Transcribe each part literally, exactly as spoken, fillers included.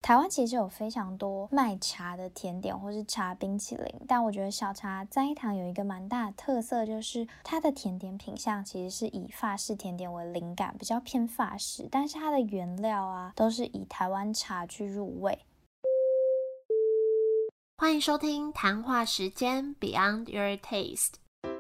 台湾其实有非常多卖茶的甜点或是茶冰淇淋，但我觉得小茶栽堂有一个蛮大的特色，就是它的甜点品项其实是以法式甜点为灵感，比较偏法式，但是它的原料啊都是以台湾茶去入味。 欢迎收听谈话时间 Beyond Your Taste。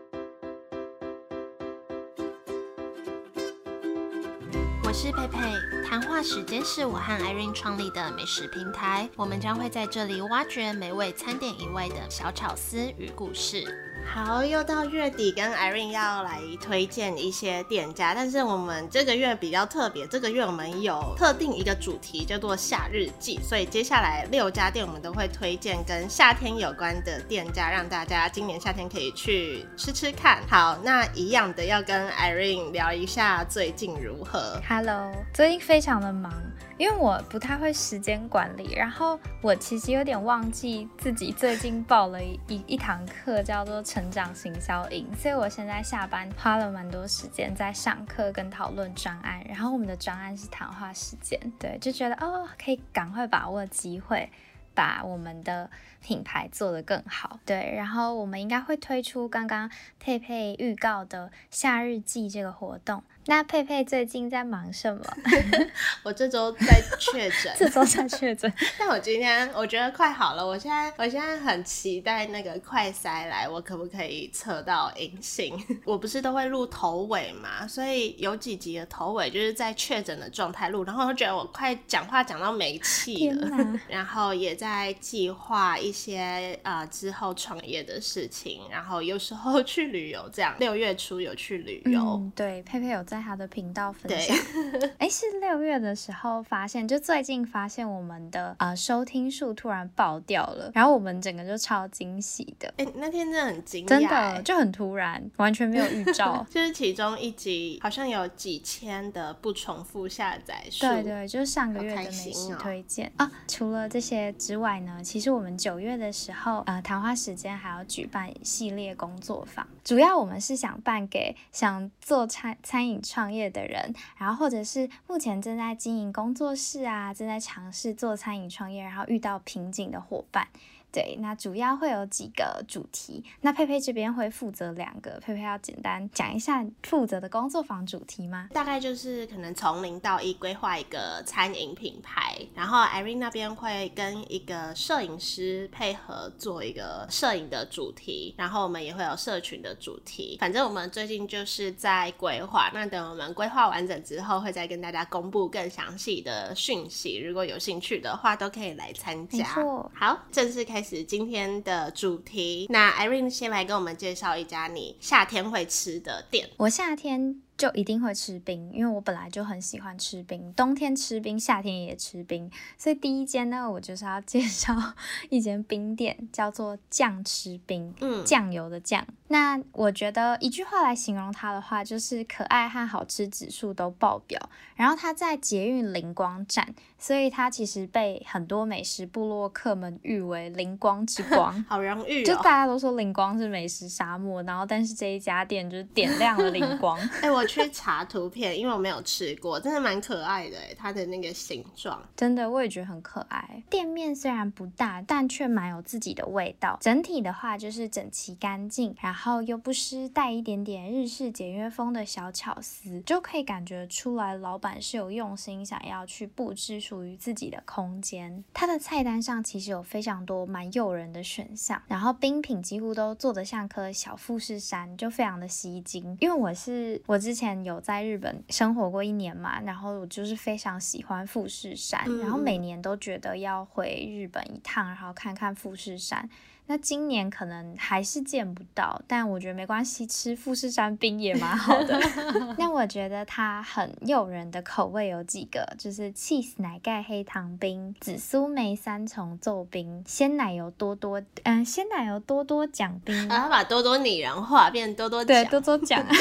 我是佩佩，谈话时间是我和 Irene 创立的美食平台，我们将会在这里挖掘美味餐点以外的小巧思与故事。好，又到月底，跟 Irene 要来推荐一些店家，但是我们这个月比较特别，这个月我们有特定一个主题叫做夏日季，所以接下来六家店我们都会推荐跟夏天有关的店家，让大家今年夏天可以去吃吃看。好，那一样的要跟 Irene 聊一下最近如何。 Hello， 最近非常的忙，因为我不太会时间管理，然后我其实有点忘记自己最近报了 一, 一堂课叫做成长行销营，所以我现在下班花了蛮多时间在上课跟讨论专案，然后我们的专案是谈话时间，对，就觉得哦可以赶快把握机会把我们的品牌做得更好。对，然后我们应该会推出刚刚佩佩预告的夏日季这个活动。那佩佩最近在忙什么？ 我这周在确诊这周在确诊但我今天我觉得快好了，我现在我现在很期待那个快筛来，我可不可以测到阴性？我不是都会录头尾嘛，所以有几集的头尾就是在确诊的状态录，然后我觉得我快讲话讲到没气了，然后也在计划一些呃之后创业的事情，然后有时候去旅游，这样六月初有去旅游、 嗯、对，佩佩有在他的频道分享。哎，是六月的时候发现，就最近发现我们的呃收听数突然爆掉了，然后我们整个就超惊喜的。 哎，那天真的很惊讶， 真的就很突然，完全没有预兆。 就是其中一集好像有几千的不重复下载数。 对对，就是上个月的美食推荐、哦、啊。除了这些之外呢，其实我们九月的时候，呃，谈话时间还要举办系列工作坊，主要我们是想办给想做餐餐饮创业的人，然后或者是目前正在经营工作室啊，正在尝试做餐饮创业，然后遇到瓶颈的伙伴。对，那主要会有几个主题，那佩佩这边会负责两个，佩佩要简单讲一下负责的工作坊主题吗？ 大概就是可能从零到一规划一个餐饮品牌，然后 Irene 那边会跟一个摄影师配合做一个摄影的主题，然后我们也会有社群的主题，反正我们最近就是在规划，那等我们规划完整之后会再跟大家公布更详细的讯息，如果有兴趣的话都可以来参加。 没错。 好，正式开始开始今天的主题。那 Irene 先来跟我们介绍一家你夏天会吃的店。 我夏天就一定会吃冰，因为我本来就很喜欢吃冰，冬天吃冰，夏天也吃冰，所以第一间呢，我就是要介绍一间冰店，叫做酱吃冰，嗯，酱油的酱。那我觉得一句话来形容它的话，就是可爱和好吃指数都爆表。然后它在捷运灵光站，所以它其实被很多美食部落客们誉为灵光之光。 好荣誉哦！ 就大家都说灵光是美食沙漠，然后但是这一家店就是点亮了灵光。 哎，我去查图片，因为我没有吃过，真的蛮可爱的耶，它的那个形状真的我也觉得很可爱。店面虽然不大，但却蛮有自己的味道。整体的话就是整齐干净，然后又不失带一点点日式简约风的小巧思，就可以感觉出来老板是有用心想要去布置属于自己的空间。它的菜单上其实有非常多蛮诱人的选项，然后冰品几乎都做得像颗小富士山，就非常的吸睛。因为我是我之前有在日本生活过一年嘛，然后我就是非常喜欢富士山，嗯、然后每年都觉得要回日本一趟，然后看看富士山。那今年可能还是见不到，但我觉得没关系，吃富士山冰也蛮好的。那我觉得它很诱人的口味有几个，就是 cheese 奶盖黑糖冰、紫苏梅三重奏冰、鲜奶油多多嗯，鲜奶油多多奖冰。 啊，他把多多拟人化变多多奖， 对，多多奖。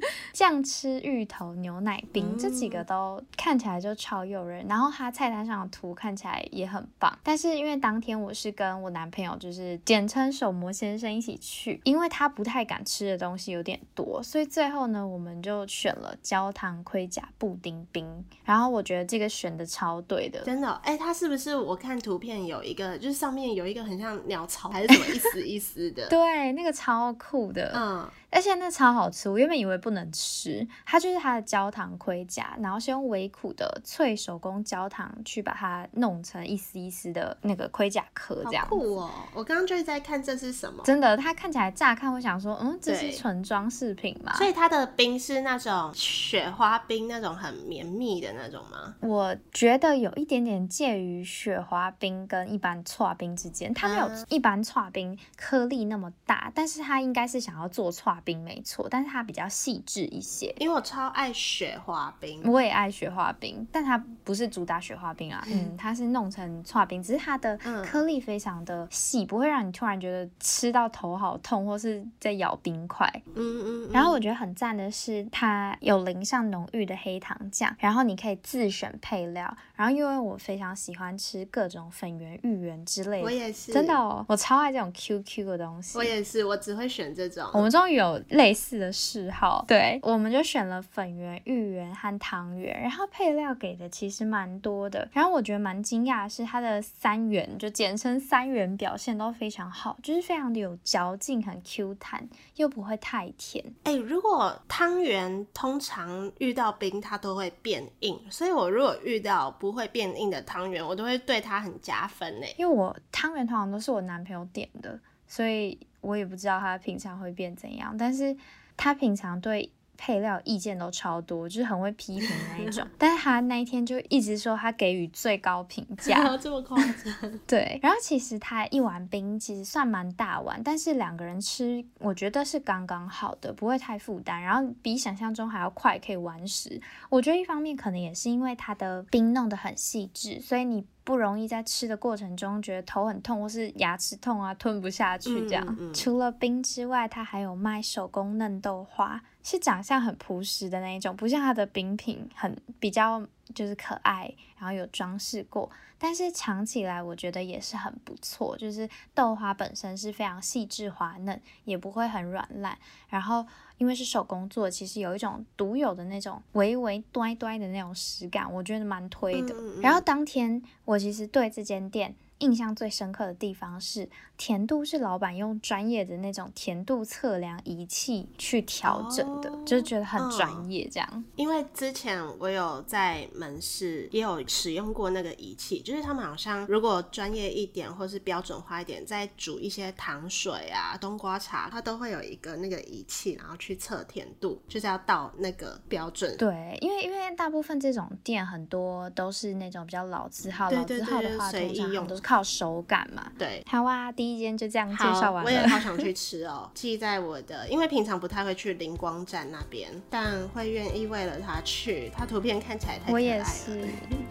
酱吃芋头牛奶冰、嗯、这几个都看起来就超诱人，然后它菜单上的图看起来也很棒。但是因为当天我是跟我男朋友就是简称手模先生一起去，因为他不太敢吃的东西有点多，所以最后呢我们就选了焦糖盔甲布丁冰，然后我觉得这个选的超对的。 真的哎、欸，它是不是我看图片有一个就是上面有一个很像鸟巢还是什么一丝一丝的对，那个超酷的。嗯，而且那超好吃，我原本以为不能吃，它就是它的焦糖盔甲，然后是用微苦的脆手工焦糖去把它弄成一丝一丝的那个盔甲壳，这样。 好酷哦！我刚刚就是在看这是什么， 真的，它看起来乍看会想说，嗯，这是纯装饰品吗？ 所以它的冰是那种雪花冰那种很绵密的那种吗？ 我觉得有一点点介于雪花冰跟一般剉冰之间，它没有一般剉冰颗粒那么大，但是它应该是想要做剉冰没错，但是它比较细致一些。 因为我超爱雪花冰， 我也爱雪花冰，但它不是主打雪花冰啊，嗯，它是弄成剉冰，只是它的颗粒非常的细，不会让你突然觉得吃到头好痛，或是在咬冰块。嗯嗯嗯。然后我觉得很赞的是，它有淋上浓郁的黑糖酱，然后你可以自选配料。然后因为我非常喜欢吃各种粉圆、芋圆之类的， 我也是， 真的哦，我超爱这种 Q Q 的东西。 我也是，我只会选这种。 我们终于有类似的嗜好，对，我们就选了粉圆、芋圆和汤圆，然后配料给的其实蛮多的。然后我觉得蛮惊讶的是，它的三元就简称三元表现都非常好，就是非常的有嚼劲，很 Q 弹，又不会太甜。 哎、欸，如果汤圆通常遇到冰它都会变硬，所以我如果遇到不会变硬的汤圆，我都会对它很加分耶。 因为我汤圆通常都是我男朋友点的，所以我也不知道他平常会变怎样，但是他平常对配料意见都超多，就是很会批评那一种但是他那一天就一直说他给予最高评价这么夸张对，然后其实他一碗冰其实算蛮大碗，但是两个人吃我觉得是刚刚好的，不会太负担，然后比想象中还要快可以完食。我觉得一方面可能也是因为他的冰弄得很细致，所以你不容易在吃的过程中觉得头很痛或是牙齿痛啊吞不下去这样、嗯嗯、除了冰之外，它还有卖手工嫩豆花，是长相很朴实的那一种，不像它的冰品很比较就是可爱，然后有装饰过，但是尝起来我觉得也是很不错，就是豆花本身是非常细致滑嫩，也不会很软烂，然后因为是手工做，其实有一种独有的那种微微端端的那种实感，我觉得蛮推的、嗯嗯、然后当天我其实对这间店印象最深刻的地方是甜度是老板用专业的那种甜度测量仪器去调整的、哦、就是觉得很专业这样、嗯、 因为之前我有在门市也有使用过那个仪器，就是他们好像如果专业一点或是标准化一点，在煮一些糖水啊冬瓜茶，它都会有一个那个仪器然后去测甜度，就是要到那个标准。 对，因为因为大部分这种店很多都是那种比较老字号，老字号的话通常都是靠手感嘛。 对， 好啊，第一间就这样介绍完了。 我也好想去吃哦记在我的，因为平常不太会去灵光站那边，但会愿意为了它去，它图片看起来太可爱了。 我也是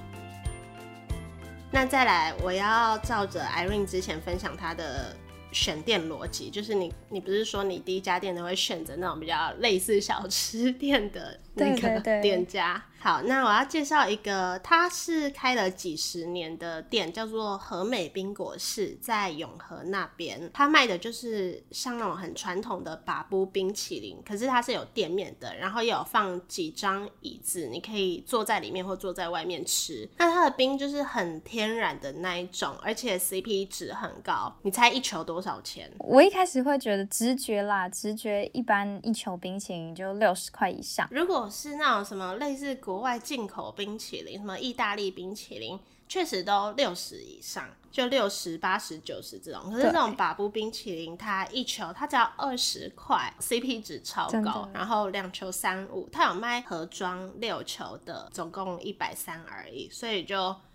那再来我要照着 Irene 之前分享她的选店逻辑，就是你你不是说你第一家店都会选择那种比较类似小吃店的那个店家？对对对，好，那我要介绍一个，它是开了几十年的店，叫做和美冰果室，在永和那边。它卖的就是像那种很传统的把布冰淇淋，可是它是有店面的，然后也有放几张椅子，你可以坐在里面或坐在外面吃。那它的冰就是很天然的那一种，而且 C P 值很高。你猜一球多少钱？ 我一开始会觉得直觉啦，直觉一般一球冰淇淋就六十块以上。 如果是那种什么类似国外进口冰淇淋，什么意大利冰淇淋，确实都六十以上，就六十、八十、九十这种。可是这种把布冰淇淋，它一球它只要二十块 ，C P 值超高。然后两球三五，它有卖盒装六球的，总共一百三而已，所以就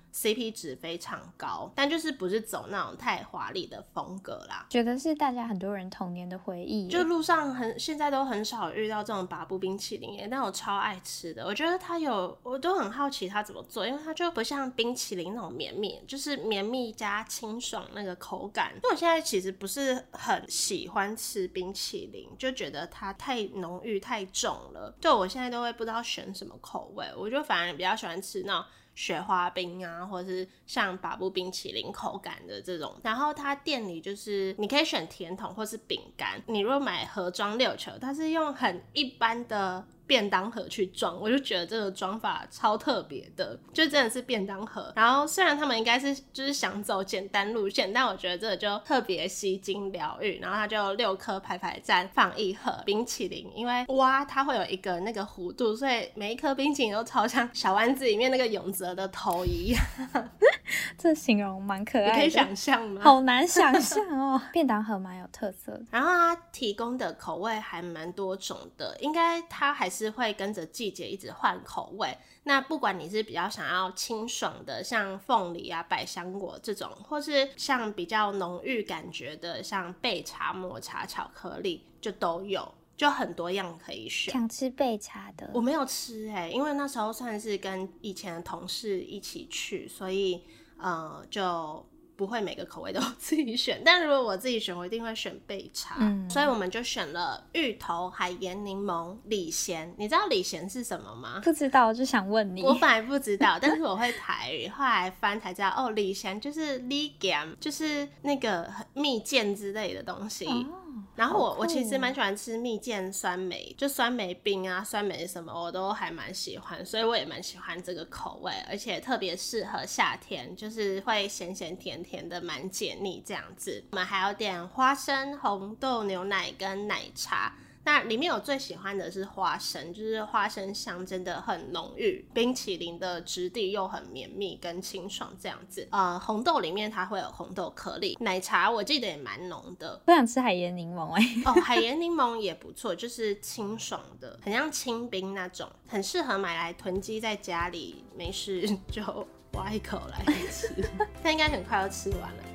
C P 值非常高，但就是不是走那种太华丽的风格啦。 觉得是大家很多人童年的回忆， 就路上很现在都很少遇到这种拔布冰淇淋耶，但我超爱吃的。我觉得它有，我都很好奇它怎么做，因为它就不像冰淇淋那种绵密，就是绵密加清爽那个口感。因为我现在其实不是很喜欢吃冰淇淋，就觉得它太浓郁太重了，就我现在都会不知道选什么口味，我就反而比较喜欢吃那种雪花冰啊，或者是像拔布冰淇淋口感的这种。然后它店里就是你可以选甜筒或是饼干，你如果买盒装六球，它是用很一般的便当盒去装，我就觉得这个装法超特别的，就真的是便当盒。然后虽然他们应该是就是想走简单路线，但我觉得这个就特别吸睛疗愈。然后它就六颗排排站放一盒冰淇淋，因为挖它会有一个那个弧度，所以每一颗冰淇淋都超像小丸子里面那个永泽的头一样。 这形容蛮可爱的， 你可以想象吗？ 好难想象哦。便当盒蛮有特色的， 然后它提供的口味还蛮多种的，应该它还是会跟着季节一直换口味。那不管你是比较想要清爽的像凤梨啊百香果这种，或是像比较浓郁感觉的像焙茶抹茶巧克力，就都有，就很多样可以选。 想吃焙茶的我没有吃欸，因为那时候算是跟以前的同事一起去，所以呃就不会每个口味都自己选，但如果我自己选，我一定会选焙茶。嗯，所以我们就选了芋头、海盐柠檬、李咸。你知道李咸是什么吗？ 不知道，我就想问你。 我本来不知道，但是我会台语，后来翻才知道，哦，李咸就是李咸，就是那个蜜饯之类的东西。哦，然后我我其实蛮喜欢吃蜜饯酸梅，就酸梅冰啊、酸梅什么我都还蛮喜欢，所以我也蛮喜欢这个口味，而且特别适合夏天，就是会咸咸甜甜的，蛮解腻这样子。我们还有点花生、红豆牛奶跟奶茶。那里面有最喜欢的是花生，就是花生香真的很浓郁，冰淇淋的质地又很绵密跟清爽这样子。呃，红豆里面它会有红豆颗粒，奶茶我记得也蛮浓的。 我想吃海盐柠檬哎、欸。 哦，海盐柠檬也不错，就是清爽的，很像清冰那种，很适合买来囤积在家里，没事就挖一口来吃。但应该很快要吃完了。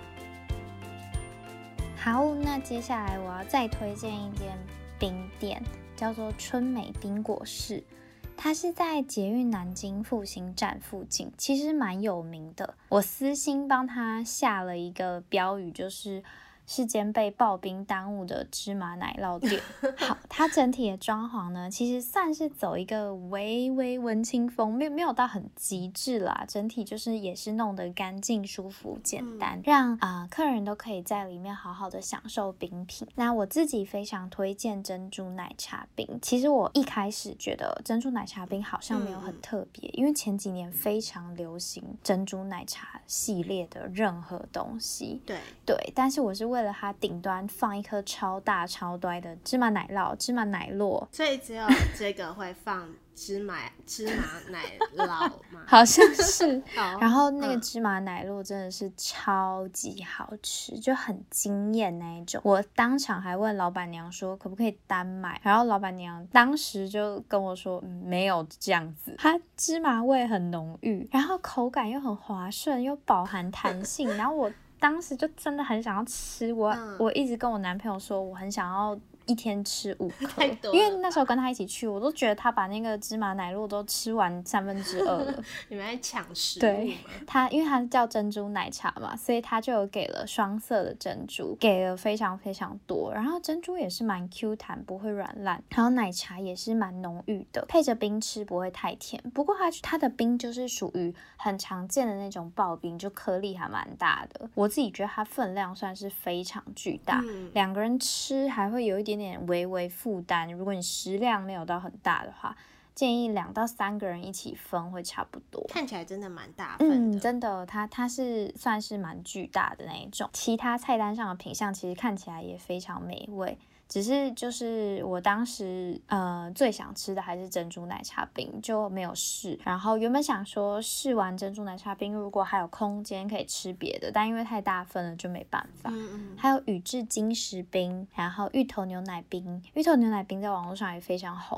好，那接下来我要再推荐一间冰店，叫做春美冰果室，它是在捷运南京复兴站附近，其实蛮有名的。我私心帮它下了一个标语，就是是间被刨冰耽误的芝麻奶酪店。好，它整体的装潢呢，其实算是走一个微微文青风，没有没有到很极致啦。整体就是也是弄得干净、舒服、简单，嗯、让啊、呃、客人都可以在里面好好的享受冰品。那我自己非常推荐珍珠奶茶冰。其实我一开始觉得珍珠奶茶冰好像没有很特别，嗯、因为前几年非常流行珍珠奶茶系列的任何东西。 对对，但是我是为了它顶端放一颗超大超端的芝麻奶酪、芝麻奶酪， 所以只有这个会放芝麻芝麻奶酪吗？ 好像是。然后那个芝麻奶酪真的是超级好吃，嗯、就很惊艳那一种。我当场还问老板娘说可不可以单买，然后老板娘当时就跟我说、嗯、没有这样子，它芝麻味很浓郁，然后口感又很滑顺，又饱含弹性，然后我当时就真的很想要吃，我、嗯、我一直跟我男朋友说我很想要一天吃五颗，因为那时候跟他一起去，我都觉得他把那个芝麻奶酪都吃完三分之二了。 你们在抢食物吗？ 对，他因为他叫珍珠奶茶嘛，所以他就有给了双色的珍珠，给了非常非常多，然后珍珠也是蛮 Q 弹，不会软烂，然后奶茶也是蛮浓郁的，配着冰吃不会太甜。不过他他的冰就是属于很常见的那种刨冰，就颗粒还蛮大的，我自己觉得它分量算是非常巨大，嗯、两个人吃还会有一点点微微负担，如果你食量没有到很大的话，建议两到三个人一起分会差不多。 看起来真的蛮大份的， 嗯，真的，它它是算是蛮巨大的那一种。其他菜单上的品项其实看起来也非常美味，只是就是我当时呃最想吃的还是珍珠奶茶冰，就没有试。然后原本想说试完珍珠奶茶冰，如果还有空间可以吃别的，但因为太大份了就没办法。嗯嗯。还有宇治金石冰，然后芋头牛奶冰，芋头牛奶冰在网络上也非常红。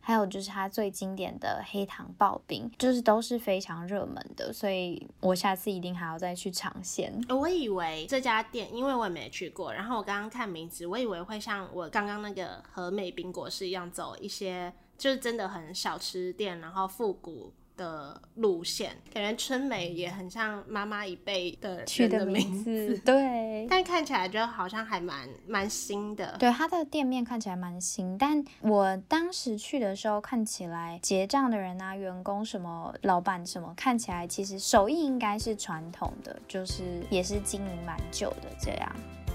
还有就是它最经典的黑糖刨冰，就是都是非常热门的，所以我下次一定还要再去尝鲜。 我以为这家店，因为我也没去过，然后我刚刚看名字，我以为会像我刚刚那个和美冰果室一样走一些就是真的很小吃店，然后复古的路线，感觉春美也很像妈妈一辈的人的名字， 名字对， 但看起来就好像还蛮蛮新的。 对，它的店面看起来蛮新，但我当时去的时候看起来结账的人啊、员工什么、老板什么，看起来其实手艺应该是传统的，就是也是经营蛮久的这样。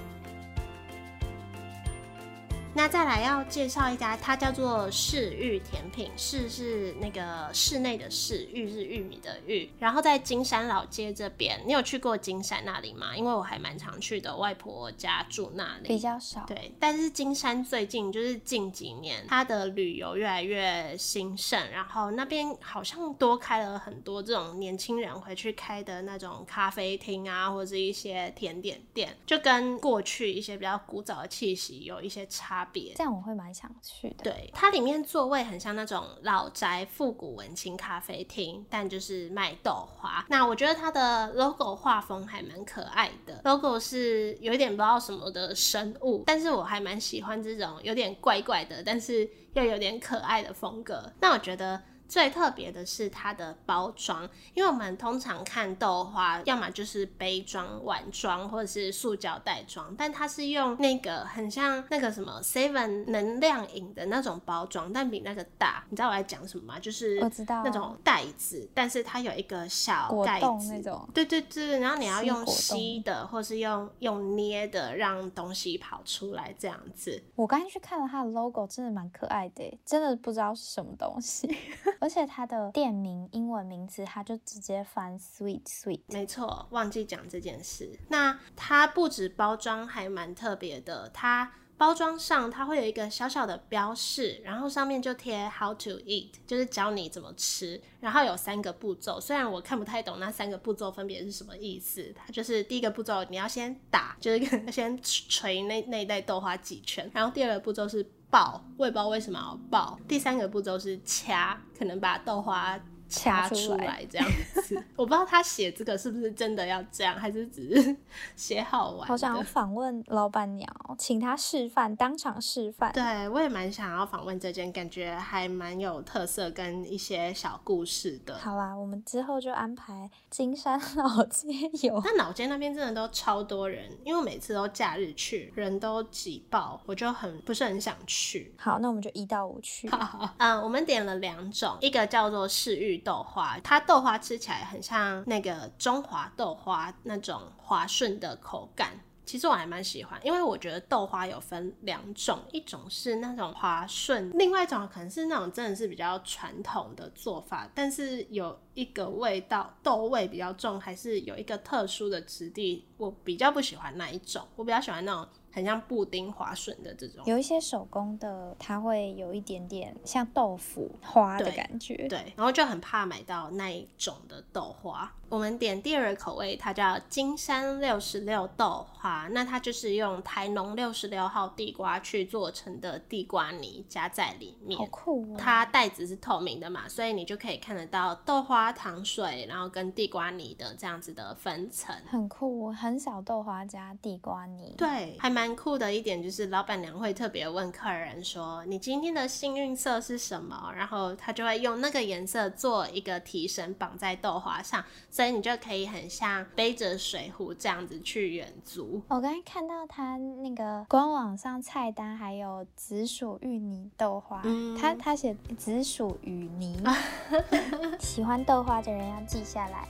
那再来要介绍一家，它叫做室玉甜品，室是那个室内的室，玉是玉米的玉，然后在金山老街这边。你有去过金山那里吗？因为我还蛮常去的，外婆家住那里。 比较少。 对，但是金山最近就是近几年它的旅游越来越兴盛，然后那边好像多开了很多这种年轻人回去开的那种咖啡厅啊，或者一些甜点店，就跟过去一些比较古早的气息有一些差别， 这样我会蛮想去的。 对，它里面座位很像那种老宅复古文青咖啡厅，但就是卖豆花。那我觉得它的 logo 画风还蛮可爱的， logo 是有一点不知道什么的生物，但是我还蛮喜欢这种有点怪怪的但是又有点可爱的风格。那我觉得最特别的是它的包装，因为我们通常看豆花要么就是杯装、碗装或者是塑胶袋装，但它是用那个很像那个什么 seven 能量饮的那种包装，但比那个大。你知道我在讲什么吗？就是那种袋子，但是它有一个小盖子， 果冻那种。 对对对，然后你要用吸的或是用用捏的让东西跑出来这样子。 我刚才去看了它的 logo， 真的蛮可爱的，真的不知道是什么东西。而且它的店名英文名字它就直接翻 sweet sweet。 没错，忘记讲这件事。那它不止包装还蛮特别的，它包装上它会有一个小小的标示，然后上面就贴 how to eat， 就是教你怎么吃，然后有三个步骤，虽然我看不太懂那三个步骤分别是什么意思。它就是第一个步骤你要先打，就是先捶那那一袋豆花几圈，然后第二个步骤是爆，我也不知道为什么要爆，第三个步骤是掐，可能把豆花掐出来这样子。我不知道他写这个是不是真的要这样，还是只是写好玩的。 好想访问老板娘，请他示范，当场示范。 对，我也蛮想要访问这间，感觉还蛮有特色跟一些小故事的。 好啦，我们之后就安排金山老街游。 那老街那边真的都超多人，因为我每次都假日去，人都挤爆，我就很不是很想去。 好，那我们就一到五去。 嗯，我们点了两种，一个叫做世玉豆花，它豆花吃起来很像那个中华豆花那种滑顺的口感，其实我还蛮喜欢，因为我觉得豆花有分两种，一种是那种滑顺，另外一种可能是那种真的是比较传统的做法，但是有一个味道豆味比较重，还是有一个特殊的质地，我比较不喜欢那一种，我比较喜欢那种很像布丁滑顺的这种。 有一些手工的它会有一点点像豆腐花的感觉。 对, 对，然后就很怕买到那一种的豆花。我们点第二个口味，它叫金山六十六豆花，那它就是用台农六十六号地瓜去做成的地瓜泥加在里面。 好酷哦。 它袋子是透明的嘛，所以你就可以看得到豆花、糖水然后跟地瓜泥的这样子的分层。 很酷，很少豆花加地瓜泥。 对，还蛮酷的一点就是老板娘会特别问客人说你今天的幸运色是什么，然后她就会用那个颜色做一个提绳绑在豆花上，所以你就可以很像背着水壶这样子去远足。 我刚才看到他那个官网上菜单还有紫薯芋泥豆花，嗯、他他写紫薯芋泥喜欢豆花的人要记下来。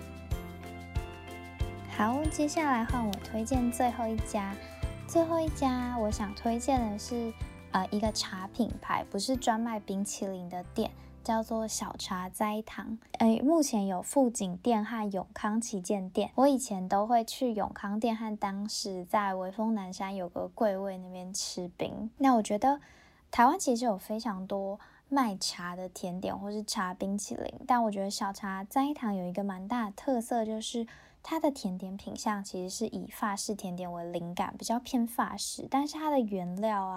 好，接下来换我推荐最后一家。最后一家我想推荐的是呃一个茶品牌，不是专卖冰淇淋的店，叫做小茶斋堂。呃，目前有富锦店和永康旗舰店。我以前都会去永康店和当时在微风南山有个柜位那边吃冰。那我觉得台湾其实有非常多卖茶的甜点或是茶冰淇淋，但我觉得小茶斋堂有一个蛮大的特色，就是它的甜点品项其实是以法式甜点为灵感，比较偏法式，但是它的原料啊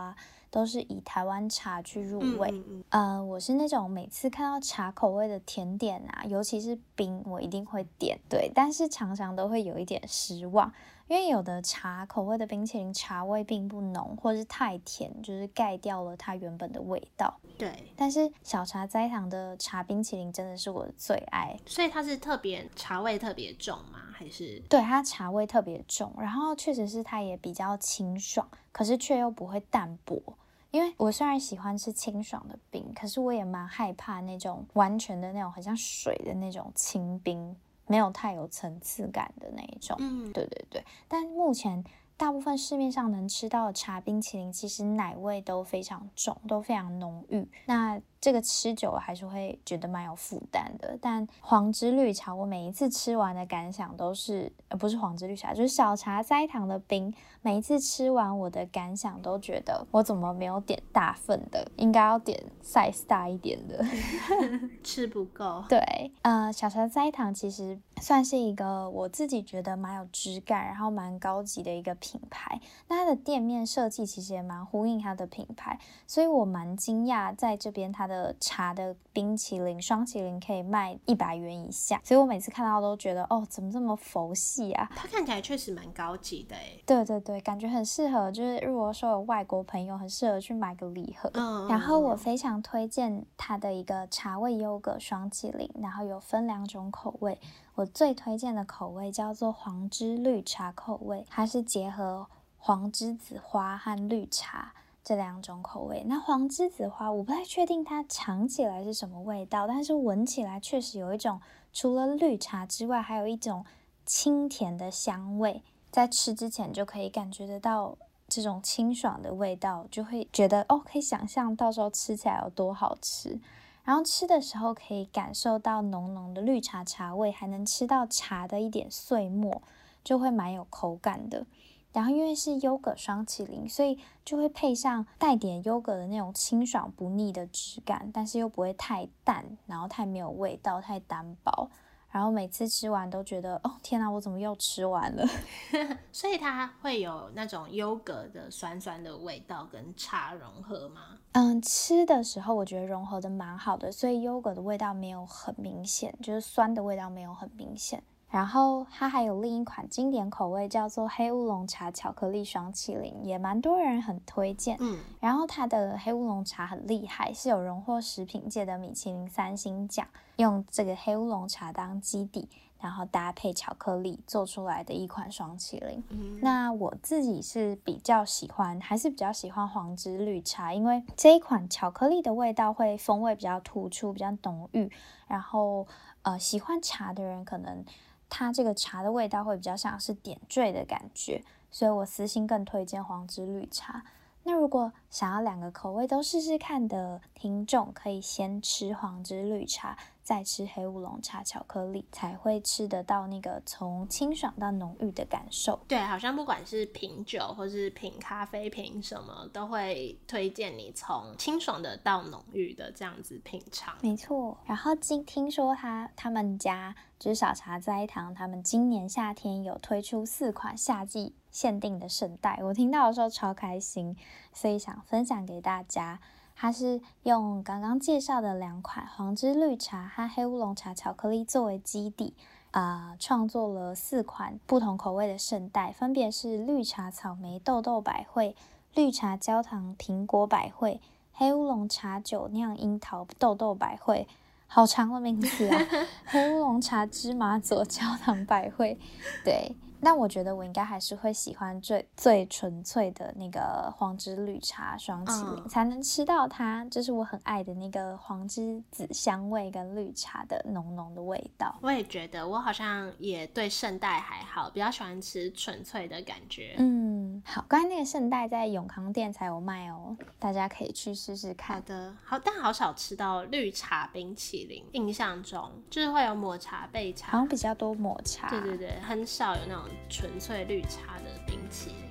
都是以台湾茶去入味。 嗯嗯嗯呃，我是那种每次看到茶口味的甜点啊，尤其是冰，我一定会点，对，但是常常都会有一点失望。因为有的茶口味的冰淇淋茶味并不浓，或是太甜，就是盖掉了它原本的味道。 对， 但是小茶栽堂的茶冰淇淋真的是我的最爱。 所以它是特别茶味特别重吗？还是？ 对，它茶味特别重，然后确实是它也比较清爽，可是却又不会淡薄。因为我虽然喜欢吃清爽的冰，可是我也蛮害怕那种完全的那种很像水的那种清冰，没有太有层次感的那一种。 嗯， 对对对。但目前大部分市面上能吃到的茶冰淇淋，其实奶味都非常重，都非常浓郁。那这个吃久了还是会觉得蛮有负担的。但黄之绿茶，我每一次吃完的感想都是，呃，不是黄之绿茶，就是小茶栽堂的冰。每一次吃完，我的感想都觉得，我怎么没有点大份的？应该要点 size 大一点的。 吃不够。 对，呃，小茶栽堂其实算是一个我自己觉得蛮有质感，然后蛮高级的一个品牌。那它的店面设计其实也蛮呼应它的品牌，所以我蛮惊讶，在这边它的茶的冰淇淋、双淇淋可以卖一百元以下，所以我每次看到都觉得，哦，怎么这么佛系啊？ 它看起来确实蛮高级的诶。 对对对，感觉很适合，就是如果说有外国朋友，很适合去买个礼盒。 嗯， 然后我非常推荐它的一个茶味优格双淇淋，然后有分两种口味，我最推荐的口味叫做黄栀绿茶口味，它是结合黄栀子花和绿茶这两种口味。那黄栀子花我不太确定它尝起来是什么味道，但是闻起来确实有一种除了绿茶之外，还有一种清甜的香味，在吃之前就可以感觉得到这种清爽的味道，就会觉得哦，可以想象到时候吃起来有多好吃。然后吃的时候可以感受到浓浓的绿茶茶味，还能吃到茶的一点碎末，就会蛮有口感的。然后因为是优格双淇淋，所以就会配上带点优格的那种清爽不腻的质感，但是又不会太淡，然后太没有味道，太单薄。然后每次吃完都觉得，哦天哪，我怎么又吃完了？ 所以它会有那种优格的酸酸的味道跟茶融合吗？ 嗯，吃的时候我觉得融合的蛮好的，所以优格的味道没有很明显，就是酸的味道没有很明显。然后它还有另一款经典口味叫做黑乌龙茶巧克力双淇淋，也蛮多人很推荐。 嗯， 然后它的黑乌龙茶很厉害，是有荣获食品界的米其林三星奖，用这个黑乌龙茶当基底，然后搭配巧克力做出来的一款双淇淋。 嗯， 那我自己是比较喜欢，还是比较喜欢黄栀绿茶，因为这一款巧克力的味道会风味比较突出，比较浓郁，然后呃喜欢茶的人可能它这个茶的味道会比较像是点缀的感觉，所以我私心更推荐黄栀绿茶。那如果想要两个口味都试试看的听众，可以先吃黄栀绿茶，再吃黑乌龙茶巧克力，才会吃得到那个从清爽到浓郁的感受。 对，好像不管是品酒或是品咖啡品什么，都会推荐你从清爽的到浓郁的这样子品尝。 没错。然后今听说他他们家就是小茶栽堂，他们今年夏天有推出四款夏季限定的圣代，我听到的时候超开心，所以想分享给大家。它是用刚刚介绍的两款黄栀绿茶和黑乌龙茶巧克力作为基底，啊、呃，创作了四款不同口味的圣代，分别是绿茶草莓豆豆百惠、绿茶焦糖苹果百惠、黑乌龙茶酒酿樱桃豆豆百惠。好长的名字啊！黑乌龙茶芝麻佐焦糖百惠，对。但我觉得我应该还是会喜欢最最纯粹的那个黄栀绿茶双淇淋，嗯，才能吃到它就是我很爱的那个黄栀子香味跟绿茶的浓浓的味道。 我也觉得我好像也对圣代还好，比较喜欢吃纯粹的感觉。 嗯，好，刚才那个圣代在永康店才有卖哦，大家可以去试试看。 好的，好，但好少吃到绿茶冰淇淋，印象中就是会有抹茶焙茶， 好像比较多抹茶。 对对对，很少有那种纯粹绿茶的冰淇淋。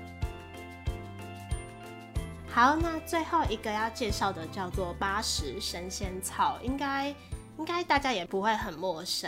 好，那最后一个要介绍的叫做八十神仙草，应该应该大家也不会很陌生。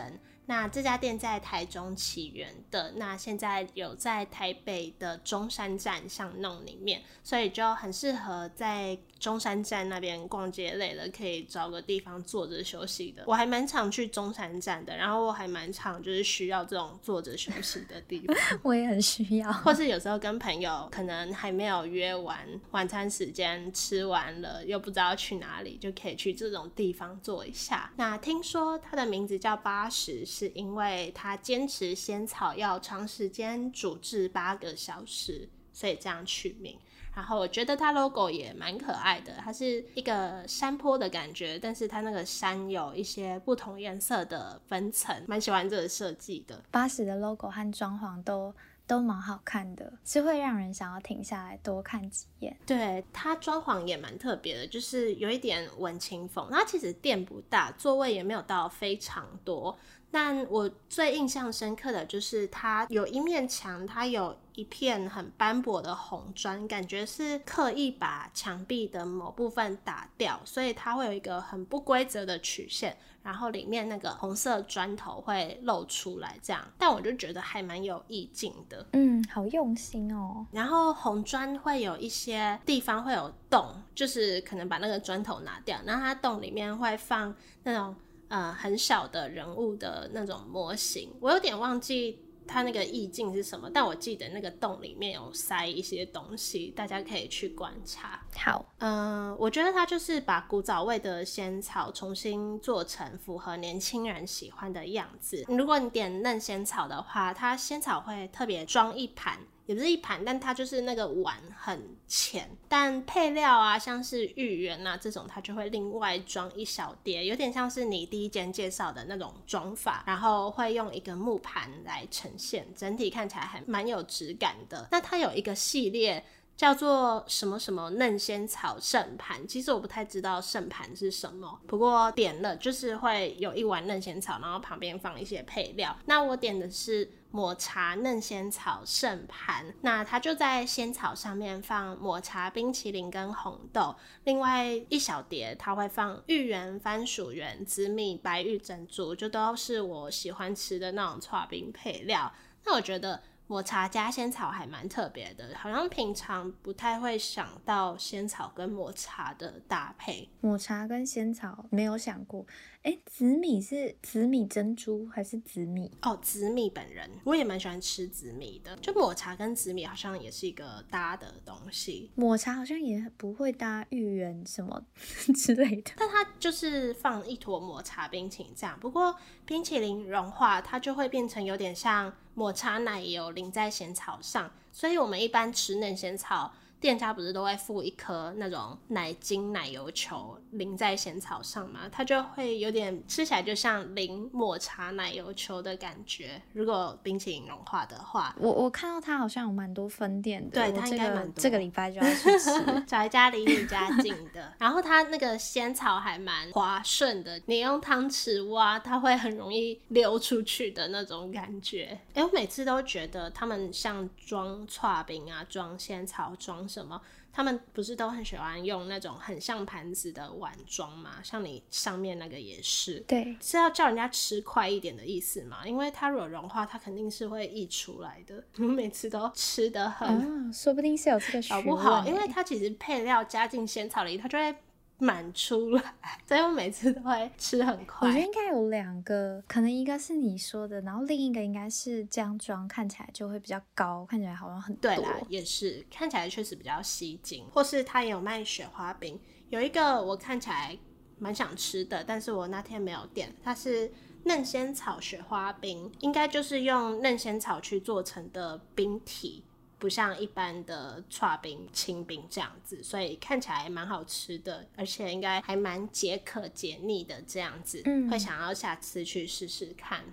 那这家店在台中起源的，那现在有在台北的中山站巷弄里面，所以就很适合在中山站那边逛街累了可以找个地方坐着休息的。我还蛮常去中山站的，然后我还蛮常就是需要这种坐着休息的地方我也很需要， 或是有时候跟朋友可能还没有约完晚餐时间，吃完了又不知道去哪里，就可以去这种地方坐一下。那听说它的名字叫八十，是因为它坚持仙草要长时间煮制八个小时，所以这样取名。然后我觉得它 logo 也蛮可爱的，它是一个山坡的感觉，但是它那个山有一些不同颜色的分层，蛮喜欢这个设计的。 八十的 logo 和装潢都都蛮好看的，是会让人想要停下来多看几眼。 对，它装潢也蛮特别的，就是有一点文青风。它其实店不大，座位也没有到非常多，但我最印象深刻的就是它有一面墙，它有一片很斑驳的红砖，感觉是刻意把墙壁的某部分打掉，所以它会有一个很不规则的曲线，然后里面那个红色砖头会露出来这样，但我就觉得还蛮有意境的。 嗯，好用心哦。 然后红砖会有一些地方会有洞，就是可能把那个砖头拿掉，然后它洞里面会放那种呃很小的人物的那种模型，我有点忘记它那个意境是什么，但我记得那个洞里面有塞一些东西，大家可以去观察。 好， 嗯、呃，我觉得它就是把古早味的仙草重新做成符合年轻人喜欢的样子。如果你点嫩仙草的话，它仙草会特别装一盘，也不是一盘，但它就是那个碗很浅，但配料啊像是芋圆啊这种它就会另外装一小碟，有点像是你第一间介绍的那种装法，然后会用一个木盘来呈现，整体看起来还蛮有质感的。那它有一个系列叫做什么什么嫩仙草盛盘，其实我不太知道盛盘是什么，不过点了就是会有一碗嫩仙草，然后旁边放一些配料。那我点的是抹茶嫩仙草盛盘，那它就在仙草上面放抹茶冰淇淋跟红豆，另外一小碟它会放芋圆、番薯圆、紫米、白玉珍珠，就都是我喜欢吃的那种剉冰配料。那我觉得抹茶加仙草还蛮特别的，好像平常不太会想到仙草跟抹茶的搭配。 抹茶跟仙草没有想过。哎，紫米是紫米珍珠还是紫米？ 哦，紫米本人我也蛮喜欢吃紫米的，就抹茶跟紫米好像也是一个搭的东西。 抹茶好像也不会搭芋圆什么之类的， 但它就是放一坨抹茶冰淇淋这样，不过冰淇淋融化它就会变成有点像抹茶奶油淋在仙草上，所以我们一般吃嫩仙草店家不是都会附一颗那种奶精奶油球淋在仙草上嘛，它就会有点吃起来就像淋抹茶奶油球的感觉，如果冰淇淋融化的话。 我我看到它好像有蛮多分店的， 对，它应该蛮多， 这个礼拜就要去吃找一家离你家近的然后它那个仙草还蛮滑顺的，你用汤匙挖它会很容易流出去的那种感觉。哎，我每次都觉得他们像装剉冰啊，装仙草，装什么，他们不是都很喜欢用那种很像盘子的碗装吗？像你上面那个也是， 对， 是要叫人家吃快一点的意思嘛？因为它如果融化它肯定是会溢出来的，我每次都吃得很、 哦、说不定是有这个学问， 搞不好因为它其实配料加进仙草里它就会满出来，所以我每次都会吃很快。 我觉得应该有两个，可能一个是你说的，然后另一个应该是这样装看起来就会比较高，看起来好像很多。 对啦，也是看起来确实比较吸睛。或是它也有卖雪花冰，有一个我看起来蛮想吃的，但是我那天没有点，它是嫩仙草雪花冰，应该就是用嫩仙草去做成的冰体，不像一般的剉冰清冰这样子，所以看起来蛮好吃的，而且应该还蛮解渴解腻的这样子、嗯、会想要下次去试试看。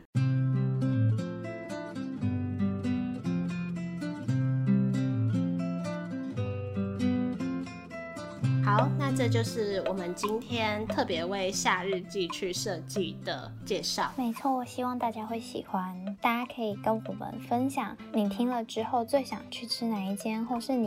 好，那这就是我们今天特别为夏日季去设计的介绍。 没错，我希望大家会喜欢，大家可以跟我们分享你听了之后最想去吃哪一间，或是你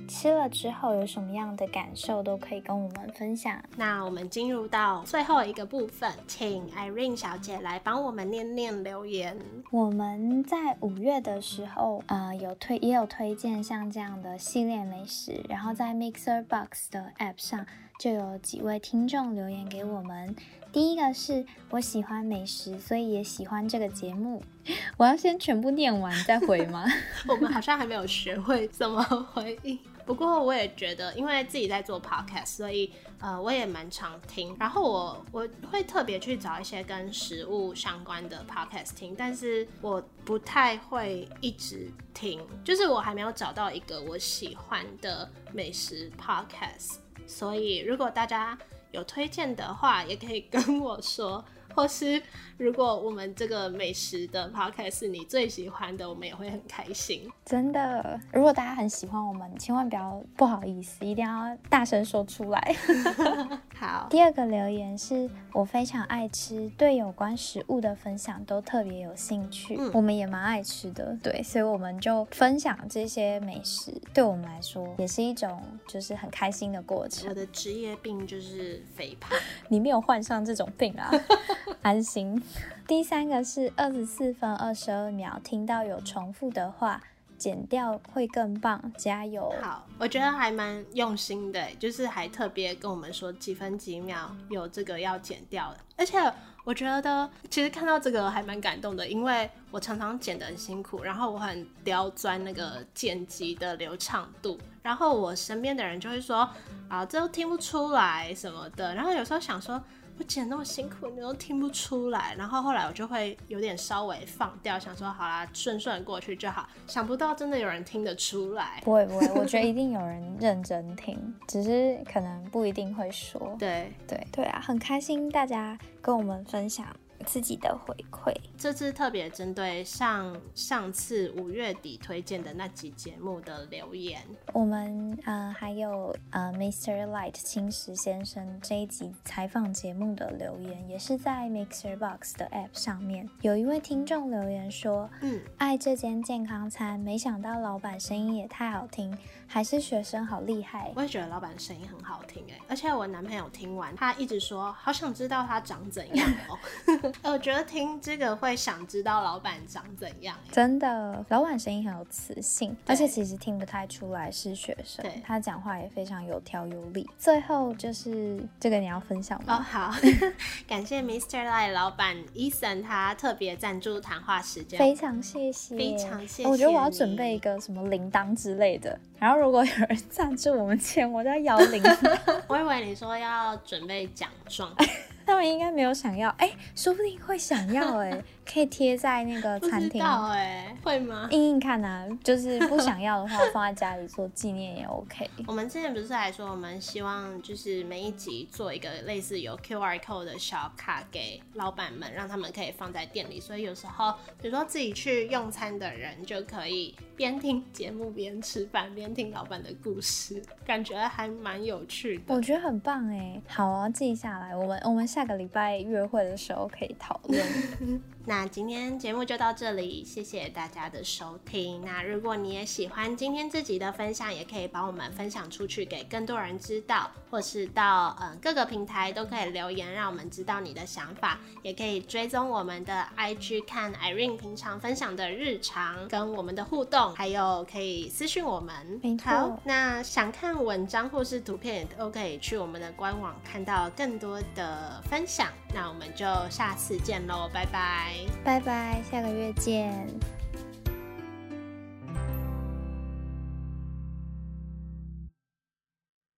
吃了之后有什么样的感受都可以跟我们分享。 那我们进入到最后一个部分，请 Irene 小姐来帮我们念念留言。 我们在五月的时候呃，有推也有推荐像这样的系列美食，然后在 Mixer Box 的 App 上就有几位听众留言给我们。第一个是我喜欢美食，所以也喜欢这个节目。我要先全部念完再回吗？ 我们好像还没有学会怎么回应。不过我也觉得，因为自己在做 podcast， 所以呃我也蛮常听。然后我我会特别去找一些跟食物相关的 podcast 听，但是我不太会一直听，就是我还没有找到一个我喜欢的美食 podcast。所以如果大家有推荐的话，也可以跟我说，或是如果我们这个美食的 podcast 是你最喜欢的，我们也会很开心。 真的，如果大家很喜欢我们，千万不要不好意思，一定要大声说出来。 好， 第二个留言是我非常爱吃，对有关食物的分享都特别有兴趣、嗯、我们也蛮爱吃的，对，所以我们就分享这些美食，对我们来说也是一种就是很开心的过程。 我的职业病就是肥胖。 你没有患上这种病啊。安心。第三个是二十四分二十二秒，听到有重复的话剪掉会更棒，加油。 好，我觉得还蛮用心的，就是还特别跟我们说几分几秒有这个要剪掉的。而且我觉得其实看到这个还蛮感动的，因为我常常剪得很辛苦，然后我很刁钻那个剪辑的流畅度，然后我身边的人就会说啊这都听不出来什么的，然后有时候想说我剪那么辛苦你都听不出来，然后后来我就会有点稍微放掉，想说好啦顺顺过去就好，想不到真的有人听得出来。 不会不会，我觉得一定有人认真听，只是可能不一定会说。 对对对啊，很开心大家跟我们分享自己的回馈。 这次特别针对上上次五月底推荐的那集节目的留言， 我们呃还有呃 Mister Light 青石先生这一集采访节目的留言，也是在 Mixer Box 的 App 上面。有一位听众留言说，嗯，爱这间健康餐，没想到老板声音也太好听，还是学生好厉害。 我也觉得老板声音很好听哎，而且我男朋友听完，他一直说好想知道他长怎样哦。我觉得听这个会想知道老板长怎样。 真的，老板声音很有磁性，而且其实听不太出来是学生，他讲话也非常有条有理。最后就是这个你要分享吗？ 哦，好。感谢 Mister Lai 老板 Ethan 他特别赞助谈话时间， 非常谢谢， 非常谢谢。 我觉得我要准备一个什么铃铛之类的，然后如果有人赞助我们钱，我就要摇铃。 我以为你说要准备奖状。 他们应该没有想要，哎、欸，说不定会想要、欸，哎，可以贴在那个餐厅。不知道哎、欸，会吗？ 印印看啊，就是不想要的话，放在家里做纪念也 OK。 我们之前不是还说，我们希望就是每一集做一个类似有 Q R code 的小卡给老板们，让他们可以放在店里，所以有时候比如说自己去用餐的人就可以边听节目边吃饭，边听老板的故事，感觉还蛮有趣的。 我觉得很棒哎，好啊，记下来，我们我们下个礼拜约会的时候可以讨论。 那今天节目就到这里，谢谢大家的收听。那如果你也喜欢今天这集的分享，也可以帮我们分享出去给更多人知道，或是到、呃、各个平台都可以留言让我们知道你的想法，也可以追踪我们的 I G 看 Irene 平常分享的日常跟我们的互动，还有可以私讯我们。 没错。 好，那想看文章或是图片也都可以去我们的官网看到更多的分享。那我们就下次见咯，拜拜。 拜拜，下个月见。